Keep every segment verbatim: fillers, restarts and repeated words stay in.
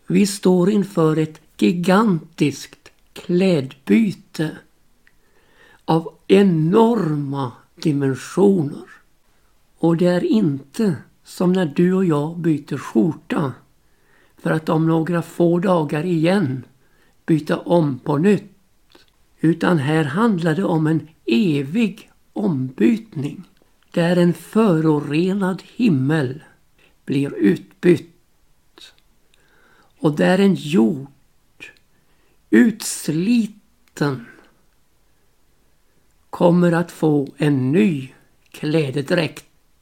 Vi står inför ett gigantiskt klädbyte av enorma dimensioner. Och det är inte som när du och jag byter skjorta för att om några få dagar igen byta om på nytt. Utan här handlar det om en evig ombytning där en förorenad himmel blir utbytt och där en jord utsliten kommer att få en ny klädedräkt.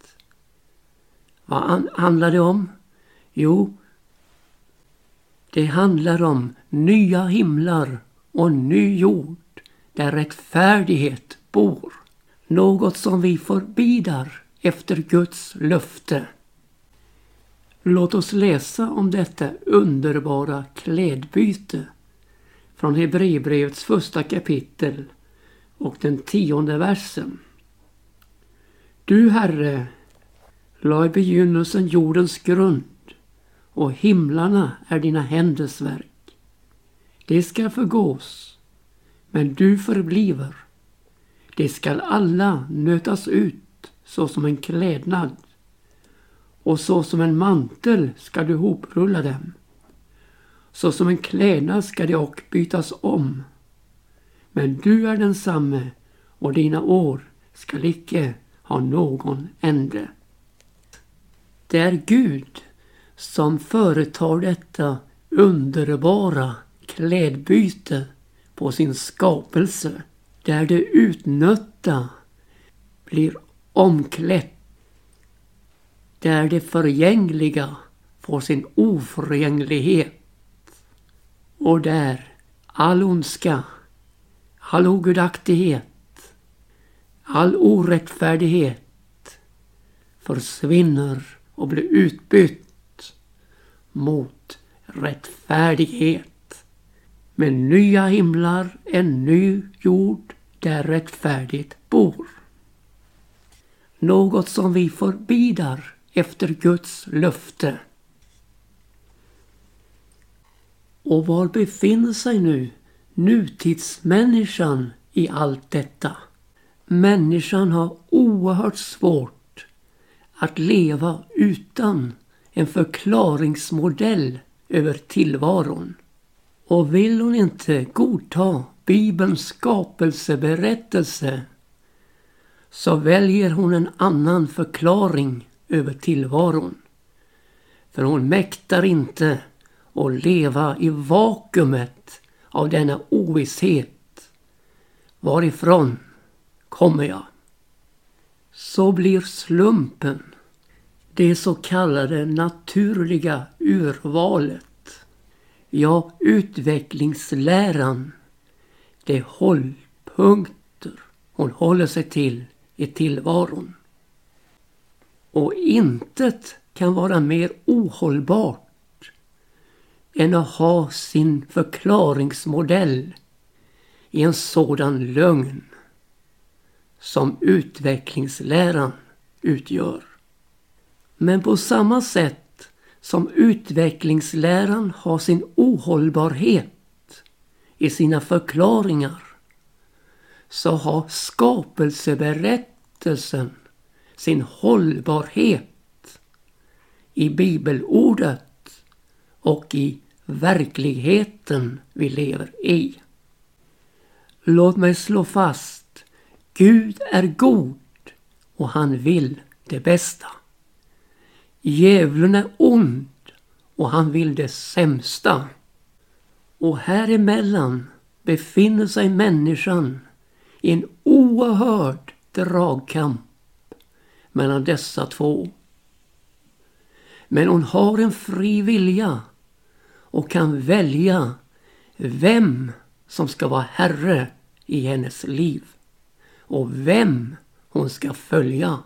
Vad handlar det om? Jo, det handlar om nya himlar och ny jord där rättfärdighet bor. Något som vi förbidar efter Guds löfte. Låt oss läsa om detta underbara klädbyte från Hebreerbrevets första kapitel och den tionde versen. Du, Herre, la i begynnelsen jordens grund och himlarna är dina händers verk. Det ska förgås, men du förbliver. Det skall alla nötas ut så som en klädnad, och så som en mantel ska du hoprulla dem. Så som en klädnad ska det och bytas om. Men du är densamme, och dina år skall icke ha någon ände. Det är Gud som företar detta underbara klädbyte på sin skapelse, där det utnötta blir omklätt, där det förgängliga får sin oförgänglighet och där all ondska, all ogudaktighet, all orättfärdighet försvinner och blir utbytt mot rättfärdighet. Med nya himlar, en ny jord där rättfärdigt bor. Något som vi förbidar efter Guds löfte. Och var befinner sig nu nutidsmänniskan i allt detta? Människan har oerhört svårt att leva utan en förklaringsmodell över tillvaron. Och vill hon inte godta Bibelns skapelseberättelse, så väljer hon en annan förklaring över tillvaron. För hon mäktar inte att leva i vakuumet av denna ovisshet. Varifrån kommer jag? Så blir slumpen, det så kallade naturliga urvalet, ja, utvecklingsläran, det hållpunkter hon håller sig till i tillvaron. Och intet kan vara mer ohållbart än att ha sin förklaringsmodell i en sådan lögn som utvecklingsläran utgör. Men på samma sätt som utvecklingsläran har sin ohållbarhet i sina förklaringar, så har skapelseberättelsen sin hållbarhet i bibelordet och i verkligheten vi lever i. Låt mig slå fast: Gud är god och han vill det bästa. Djävulen är ond och han vill det sämsta. Och här emellan befinner sig människan i en oerhörd dragkamp mellan dessa två. Men hon har en fri vilja och kan välja vem som ska vara herre i hennes liv och vem hon ska följa.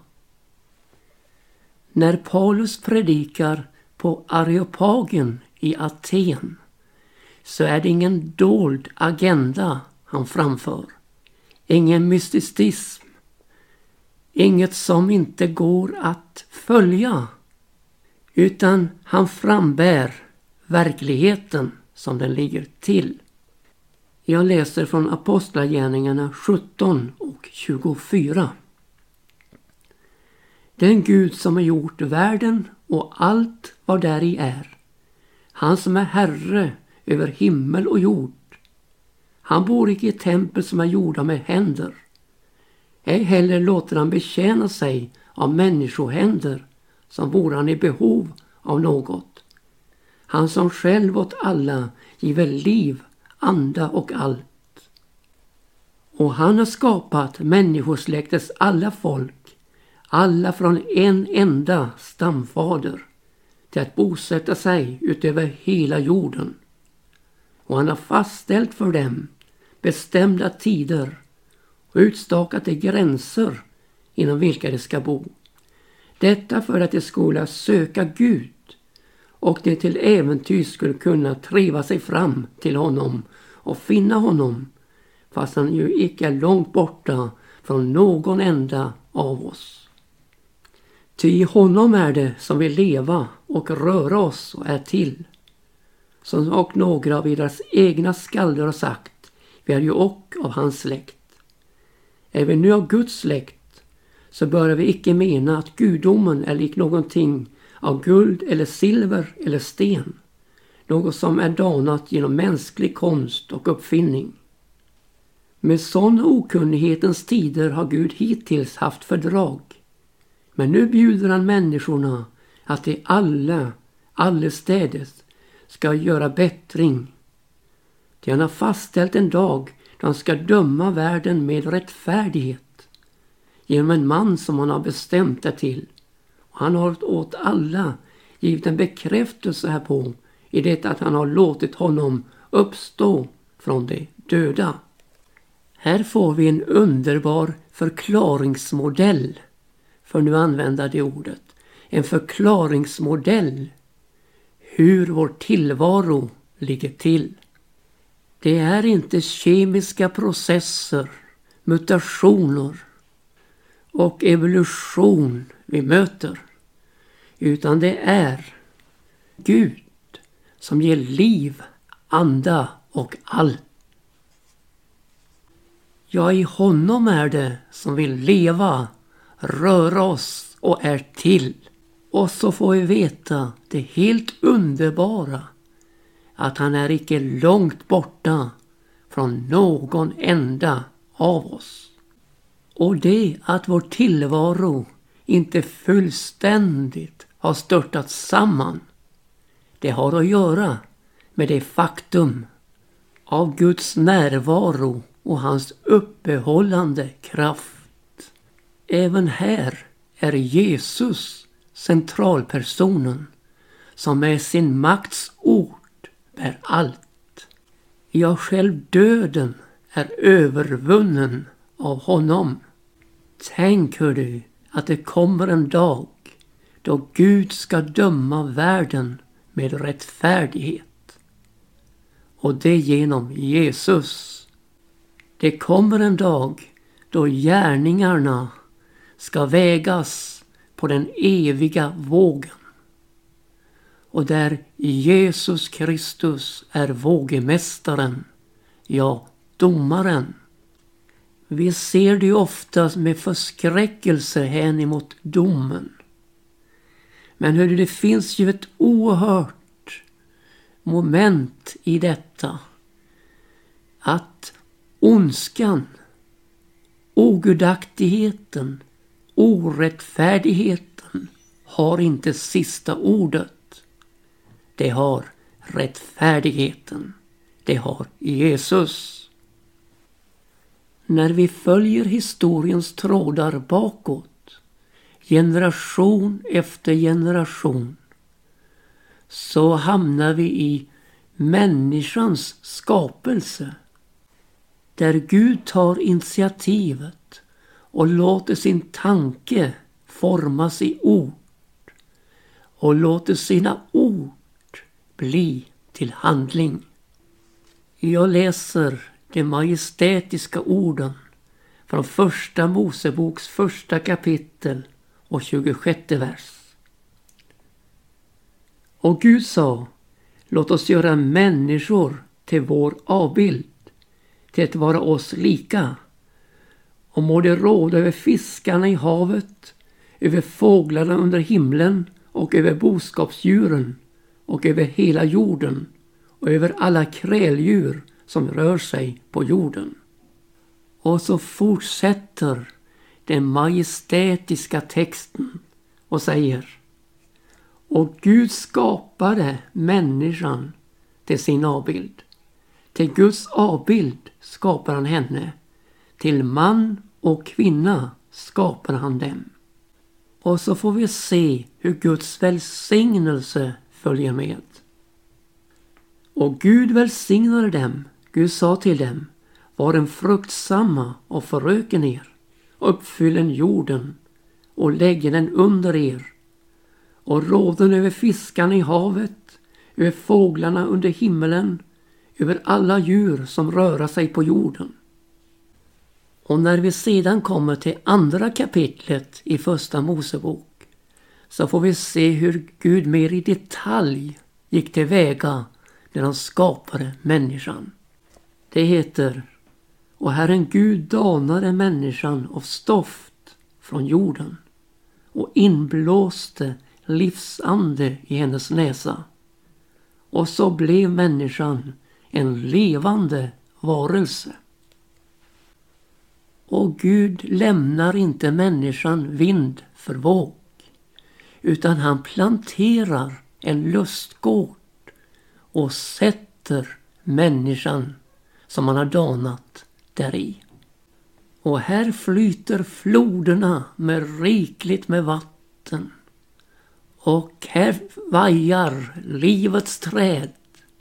När Paulus predikar på Areopagen i Aten, så är det ingen dold agenda han framför. Ingen mysticism. Inget som inte går att följa. Utan han frambär verkligheten som den ligger till. Jag läser från Apostlagärningarna sjutton och tjugofyra. Den Gud som har gjort världen och allt vad där i är, han som är herre över himmel och jord, han bor icke i tempel som är gjorda med händer. Ej heller låter han betjäna sig av människohänder som vore han i behov av något. Han som själv åt alla giver liv, anda och allt. Och han har skapat människosläktets alla folk, alla från en enda stamfader, till att bosätta sig utöver hela jorden. Och han har fastställt för dem bestämda tider och utstakat de gränser inom vilka de ska bo. Detta för att de skulle söka Gud och det till äventyr skulle kunna triva sig fram till honom och finna honom, fast han ju icke är långt borta från någon enda av oss. Ty i honom är det som vill leva och röra oss och är till. Som och några av deras egna skalder har sagt, vi är ju och av hans släkt. Är vi nu av Guds släkt, så bör vi icke mena att gudomen är lik någonting av guld eller silver eller sten, något som är danat genom mänsklig konst och uppfinning. Med sån okunnighetens tider har Gud hittills haft fördrag, men nu bjuder han människorna att de alla, allestädes, ska göra bättring. Ty han har fastställt en dag då han ska döma världen med rättfärdighet genom en man som han har bestämt det till. Och han har åt alla givit en bekräftelse härpå i det att han har låtit honom uppstå från de döda. Här får vi en underbar förklaringsmodell, för nu använda det ordet. En förklaringsmodell hur vår tillvaro ligger till. Det är inte kemiska processer, mutationer och evolution vi möter, utan det är Gud som ger liv, anda och allt. Ja, i honom är det som vill leva, röra oss och är till. Och så får vi veta det helt underbara, att han är icke långt borta från någon enda av oss. Och det att vår tillvaro inte fullständigt har störtat samman, det har att göra med det faktum av Guds närvaro och hans uppehållande kraft. Även här är Jesus centralpersonen som med sin makts ord bär allt. Ja, själv döden är övervunnen av honom. Tänk hur du att det kommer en dag då Gud ska döma världen med rättfärdighet. Och det genom Jesus. Det kommer en dag då gärningarna ska vägas på den eviga vågen. Och där Jesus Kristus är vågemästaren, ja, domaren. Vi ser det ofta med förskräckelse hän emot domen. Men hur det finns ju ett oerhört moment i detta. Att ondskan, ogudaktigheten, orättfärdigheten har inte sista ordet. Det har rättfärdigheten. Det har Jesus. När vi följer historiens trådar bakåt, generation efter generation, så hamnar vi i människans skapelse. Där Gud tar initiativet och låter sin tanke formas i ord. Och låter sina ord bli till handling. Jag läser de majestätiska orden från första Moseboks första kapitel och tjugosjätte vers. Och Gud sa, låt oss göra människor till vår avbild, till att vara oss lika. Och må det råda över fiskarna i havet, över fåglarna under himlen och över boskapsdjuren och över hela jorden och över alla kräldjur som rör sig på jorden. Och så fortsätter den majestätiska texten och säger: och Gud skapade människan till sin avbild. Till Guds avbild skapar han henne. Till man och kvinna skapar han dem. Och så får vi se hur Guds välsignelse följer med. Och Gud välsignade dem. Gud sa till dem: var en fruktsamma och föröken er. Uppfyllen jorden och lägger den under er. Och råden över fiskarna i havet, över fåglarna under himmelen, över alla djur som rör sig på jorden. Och när vi sedan kommer till andra kapitlet i första Mosebok, så får vi se hur Gud mer i detalj gick tillväga när han skapade människan. Det heter: och Herren Gud danade människan av stoft från jorden och inblåste livsande i hennes näsa. Och så blev människan en levande varelse. Och Gud lämnar inte människan vind för våg, utan han planterar en lustgård och sätter människan som han har danat däri. Och här flyter floderna med rikligt med vatten. Och här vajar livets träd.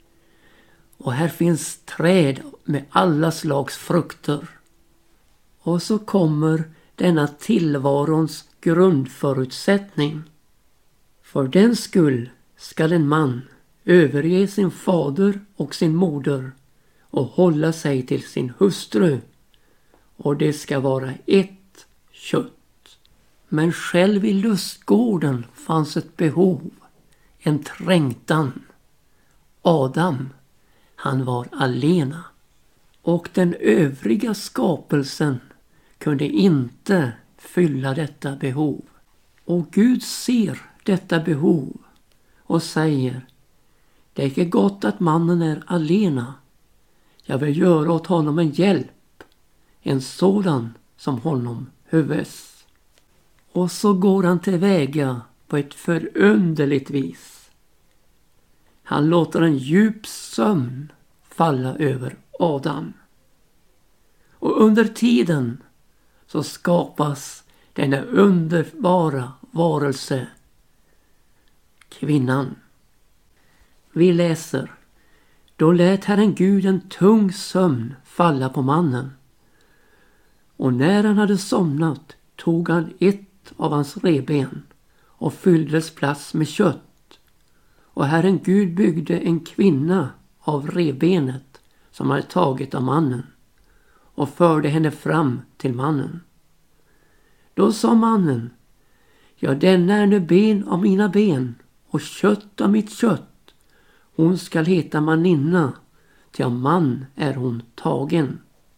Och här finns träd med alla slags frukter. Och så kommer denna tillvarons grundförutsättning. För den skull skall en man överge sin fader och sin moder och hålla sig till sin hustru, och det ska vara ett kött. Men själv i lustgården fanns ett behov, en trängtan. Adam, han var alena, och den övriga skapelsen kunde inte fylla detta behov. Och Gud ser detta behov och säger: det är inte gott att mannen är alena. Jag vill göra åt honom en hjälp, en sådan som honom höves. Och så går han tillväga på ett förunderligt vis. Han låter en djup sömn falla över Adam. Och under tiden så skapas denna underbara varelse, kvinnan. Vi läser: då lät Herren Gud en tung sömn falla på mannen. Och när han hade somnat tog han ett av hans reben och fyllde dess plats med kött. Och Herren Gud byggde en kvinna av revbenet som hade tagit av mannen och förde henne fram till mannen. Då sa mannen: ja, denna är nu ben av mina ben och kött av mitt kött. Hon skall heta maninna, till av man är hon tagen.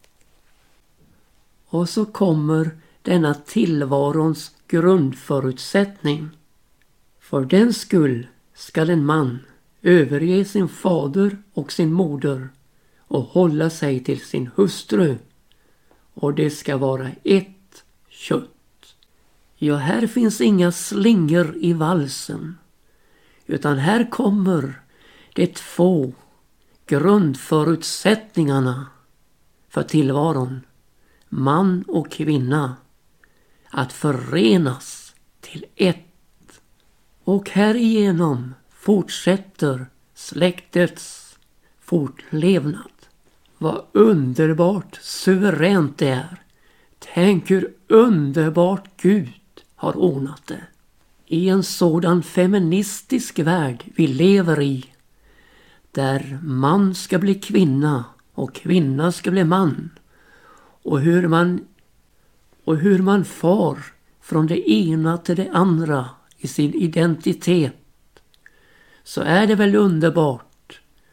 Och så kommer denna tillvarons grundförutsättning. För den skull skall en man överge sin fader och sin moder och hålla sig till sin hustru, och det ska vara ett kött. Ja, här finns inga slingor i valsen, utan här kommer de två grundförutsättningarna för tillvaron, man och kvinna, att förenas till ett. Och härigenom fortsätter släktets fortlevnad. Vad underbart suveränt det är. Tänk hur underbart Gud har ordnat det. I en sådan feministisk värld vi lever i, där man ska bli kvinna och kvinna ska bli man, och hur man och hur man far från det ena till det andra i sin identitet, så är det väl underbart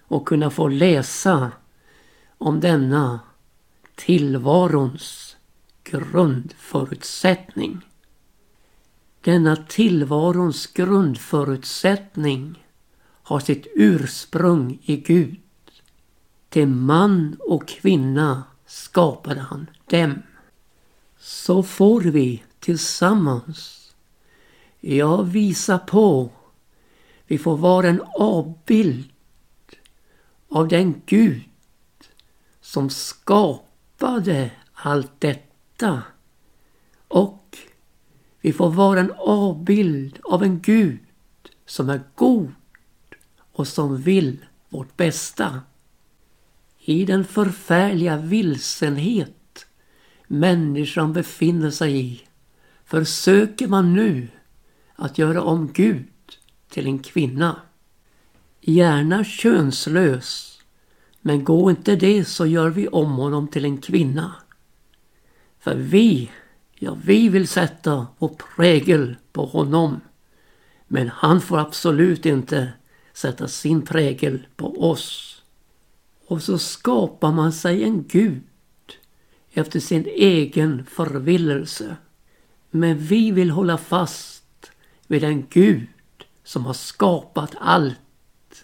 och kunna få läsa om denna tillvarons grundförutsättning. Denna tillvarons grundförutsättning har sitt ursprung i Gud. Till man och kvinna skapade han dem. Så får vi tillsammans, ja, visa på, vi får vara en avbild av den Gud som skapade allt detta. Och vi får vara en avbild av en Gud som är god och som vill vårt bästa. I den förfärliga vilsenhet människan befinner sig i försöker man nu att göra om Gud till en kvinna. Gärna könslös, men går inte det så gör vi om honom till en kvinna. För vi, ja vi vill sätta vår prägel på honom. Men han får absolut inte sätta sin prägel på oss. Och så skapar man sig en Gud efter sin egen förvillelse. Men vi vill hålla fast vid en Gud som har skapat allt.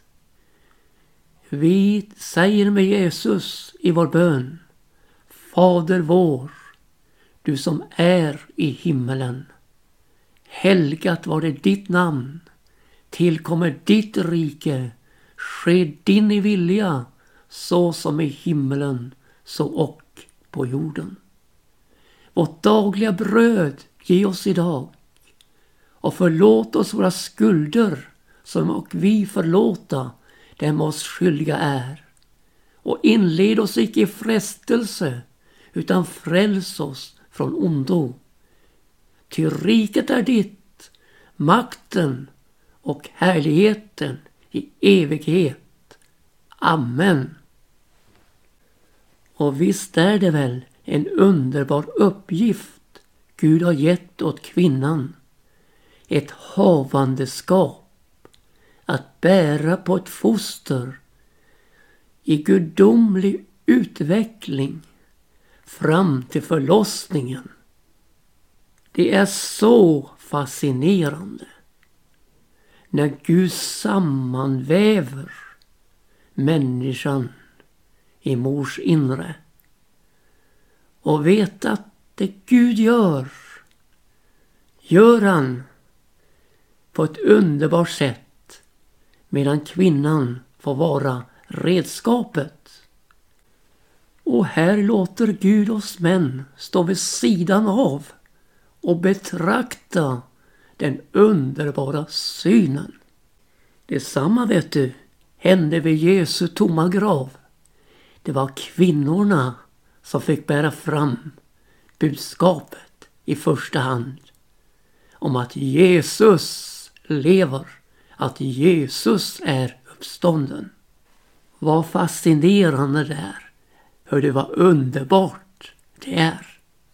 Vi säger med Jesus i vår bön: Fader vår, du som är i himmelen. Helgat var det ditt namn. Tillkommer ditt rike. Ske din vilja så som i himmelen så och på jorden. Vårt dagliga bröd ge oss idag. Och förlåt oss våra skulder som och vi förlåta dem oss skyldiga är. Och inled oss icke i frestelse utan fräls oss från ondo. Ty riket är ditt, makten och härligheten i evighet. Amen. Och visst är det väl en underbar uppgift Gud har gett åt kvinnan. Ett havandeskap, att bära på ett foster i gudomlig utveckling fram till förlossningen. Det är så fascinerande när Gud sammanväver människan i mors inre och vet att det Gud gör gör han på ett underbart sätt, medan kvinnan får vara redskapet. Och här låter Gud oss män stå vid sidan av och betrakta den underbara synen. Detsamma, vet du, hände vid Jesu tomma grav. Det var kvinnorna som fick bära fram budskapet i första hand om att Jesus lever, att Jesus är uppstånden. Vad fascinerande det är. Hur det var underbart det är.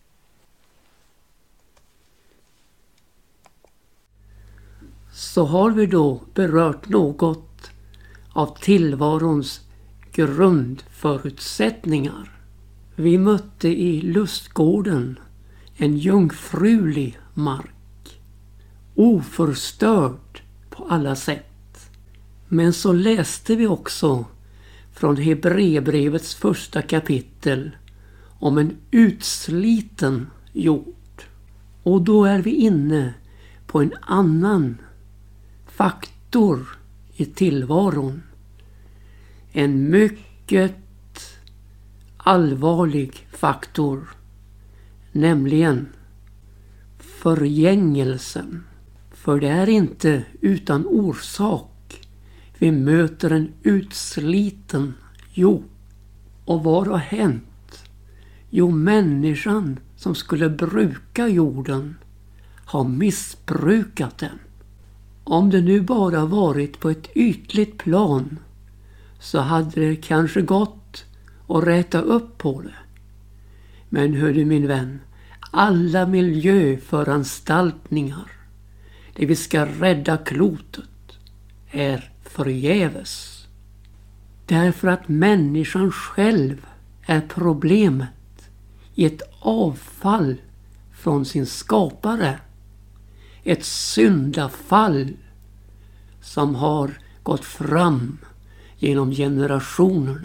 Så har vi då berört något av tillvarons grundförutsättningar. Vi mötte i lustgården en jungfrulig mark, oförstörd på alla sätt. Men så läste vi också från Hebreerbrevets första kapitel om en utsliten jord. Och då är vi inne på en annan faktor i tillvaron. En mycket allvarlig faktor, nämligen förgängelsen. För det är inte utan orsak vi möter en utsliten jord. Och vad har hänt? Jo, människan som skulle bruka jorden har missbrukat den. Om det nu bara varit på ett ytligt plan så hade det kanske gått att rätta upp på det. Men hör du min vän, alla miljöföranstaltningar där vi ska rädda klotet är förgäves. Därför att människan själv är problemet i ett avfall från sin skapare. Ett syndafall som har gått fram genom generationerna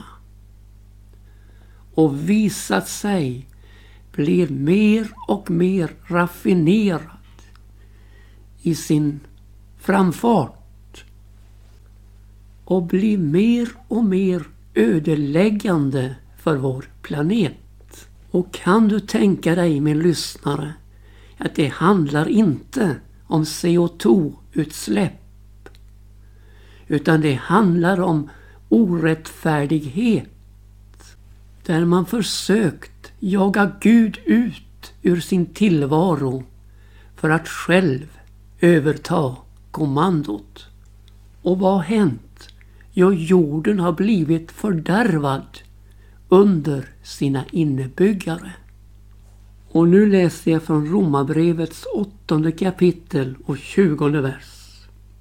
och visat sig bli mer och mer raffinerad i sin framfart och bli mer och mer ödeläggande för vår planet. Och kan du tänka dig, min lyssnare, att det handlar inte om C O två-utsläpp, utan det handlar om orättfärdighet, där man försökt jaga Gud ut ur sin tillvaro för att själv överta kommandot. Och vad har hänt? Jo, jorden har blivit fördärvad under sina innebyggare. Och nu läser jag från Romarbrevets åttonde kapitel och tjugonde vers.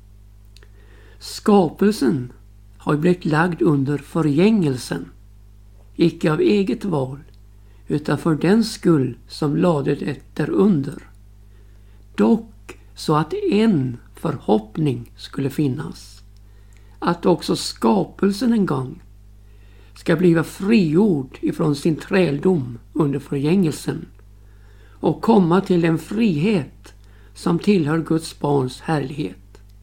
Skapelsen har blivit lagd under förgängelsen, icke av eget val, utan för den skull som lade det därunder. Dock så att en förhoppning skulle finnas, att också skapelsen en gång ska bliva frigjord ifrån sin träldom under förgängelsen och komma till den frihet som tillhör Guds barns härlighet.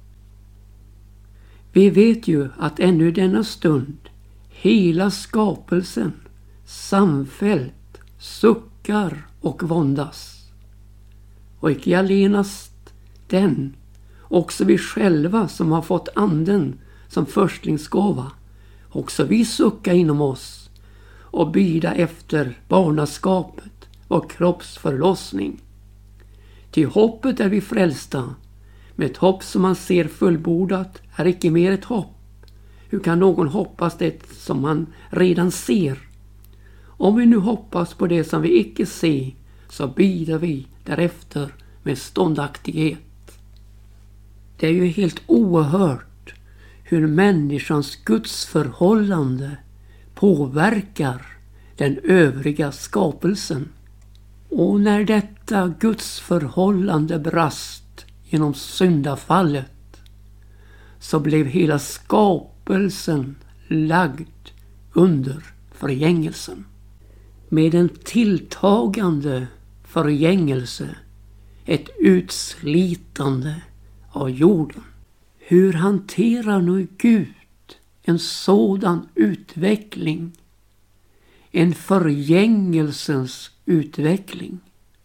Vi vet ju att ännu i denna stund hela skapelsen samfällt suckar och våndas. Och icke allenast den, också vi själva som har fått anden som förstlingsgåva, också vi suckar inom oss och bida efter barnaskapet och kroppsförlossning. Till hoppet är vi frälsta, med ett hopp som man ser fullbordat är icke mer ett hopp. Hur kan någon hoppas det som man redan ser? Om vi nu hoppas på det som vi icke ser, så bidar vi därefter med ståndaktighet. Det är ju helt oerhört hur människans gudsförhållande påverkar den övriga skapelsen. Och när detta gudsförhållande brast genom syndafallet, så blev hela skapelsen lagd under förgängelsen. Med en tilltagande förgängelse, ett utslitande av jorden. Hur hanterar nu Gud en sådan utveckling? En förgängelsens utveckling.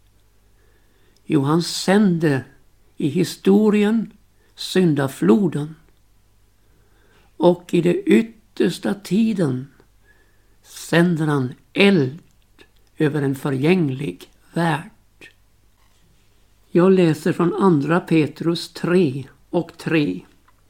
Jo, han sände i historien syndafloden. Och i det yttersta tiden sänder han eld över en förgänglig värld. Jag läser från andra Petrus tre och tre.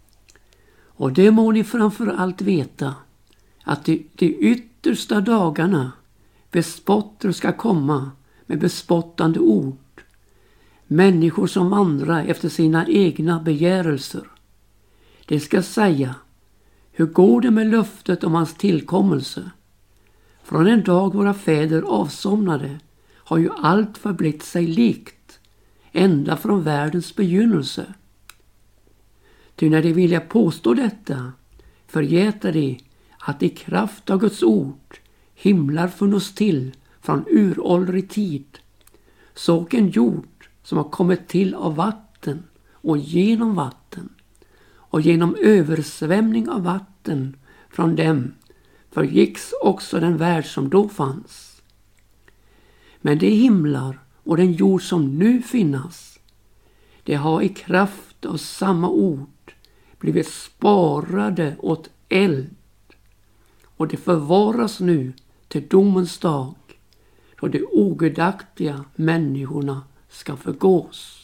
Och det må ni framför allt veta, att de, de yttersta dagarna bespotter ska komma med bespottande ord. Människor som vandrar efter sina egna begärelser. Det ska säga, hur går det med löftet om hans tillkommelse? Från en dag våra fäder avsomnade har ju allt förblivit sig likt, ända från världens begynnelse. Ty när de vilja påstå detta, förgätar de att i kraft av Guds ord himlar funnits till från uråldrig tid, så en jord som har kommit till av vatten och genom vatten, och genom översvämning av vatten från dem förgicks också den värld som då fanns. Men de himlar och den jord som nu finnas, det har i kraft av samma ord blivit sparade åt eld, och det förvaras nu till domens dag, då de ogudaktiga människorna ska förgås.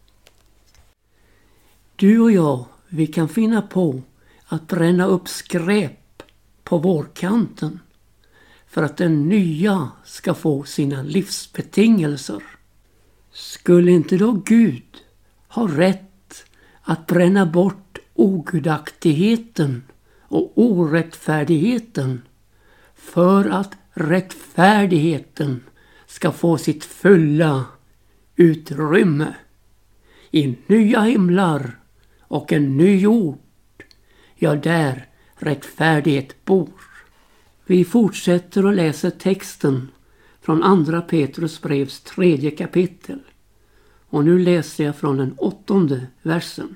Du och jag, vi kan finna på att bränna upp skräp på vårkanten för att den nya ska få sina livsbetingelser. Skulle inte då Gud ha rätt att bränna bort ogudaktigheten och orättfärdigheten, för att rättfärdigheten ska få sitt fulla utrymme i nya himlar och en ny jord, ja, där rättfärdighet bor. Vi fortsätter och läser texten från andra Petrus brevs tredje kapitel. Och nu läser jag från den åttonde versen.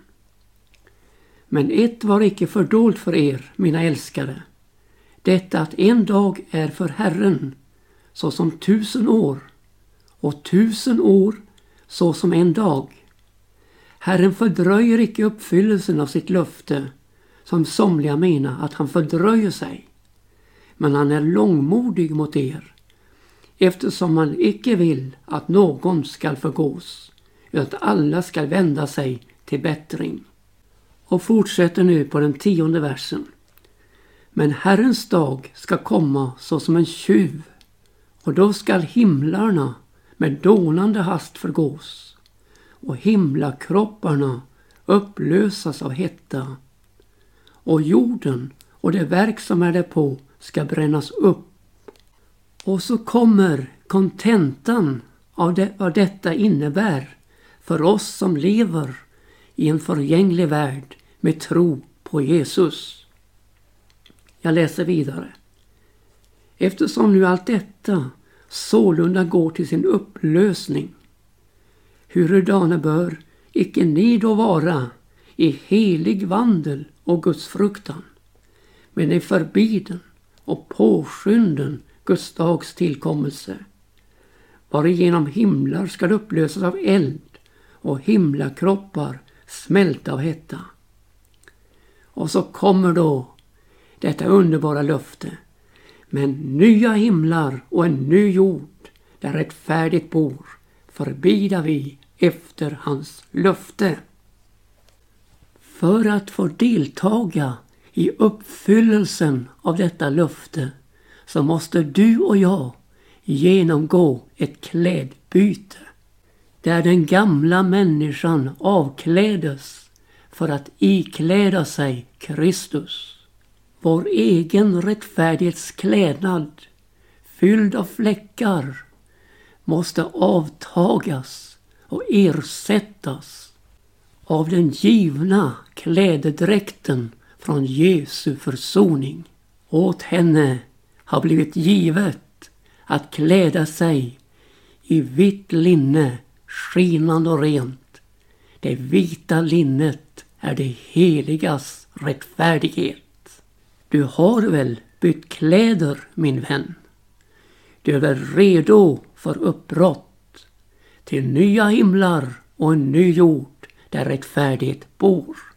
Men ett var icke fördolt för er, mina älskade, detta att en dag är för Herren så som tusen år, och tusen år så som en dag. Herren fördröjer icke uppfyllelsen av sitt löfte, som somliga menar att han fördröjer sig. Men han är långmodig mot er, eftersom han icke vill att någon skall förgås, utan att alla skall vända sig till bättring. Och fortsätter nu på den tionde versen. Men Herrens dag ska komma så som en tjuv, och då skall himlarna med dånande hast förgås, och himlakropparna upplösas av hetta, och jorden och det verk som är därpå ska brännas upp. Och så kommer kontentan av det, vad detta innebär för oss som lever i en förgänglig värld med tro på Jesus. Jag läser vidare. Eftersom nu allt detta sålunda går till sin upplösning, hurudana bör icke ni då vara i helig vandel och Guds fruktan, men i förbiden och påskynden Guds dags tillkommelse, varigenom himlar ska upplösas av eld och himlakroppar smälta av hetta. Och så kommer då detta underbara löfte, men nya himlar och en ny jord där rättfärdigt bor, förbida vi efter hans löfte. För att få deltaga i uppfyllelsen av detta löfte så måste du och jag genomgå ett klädbyte, där den gamla människan avklädes för att ikläda sig Kristus. Vår egen rättfärdighetsklädnad, fylld av fläckar, måste avtagas och ersättas av den givna klädedräkten från Jesu försoning. Åt henne har blivit givet att kläda sig i vitt linne, skinande och rent. Det vita linnet är det heligas rättfärdighet. Du har väl bytt kläder, min vän. Du är väl redo för uppbrott till nya himlar och en ny jord där rättfärdighet bor.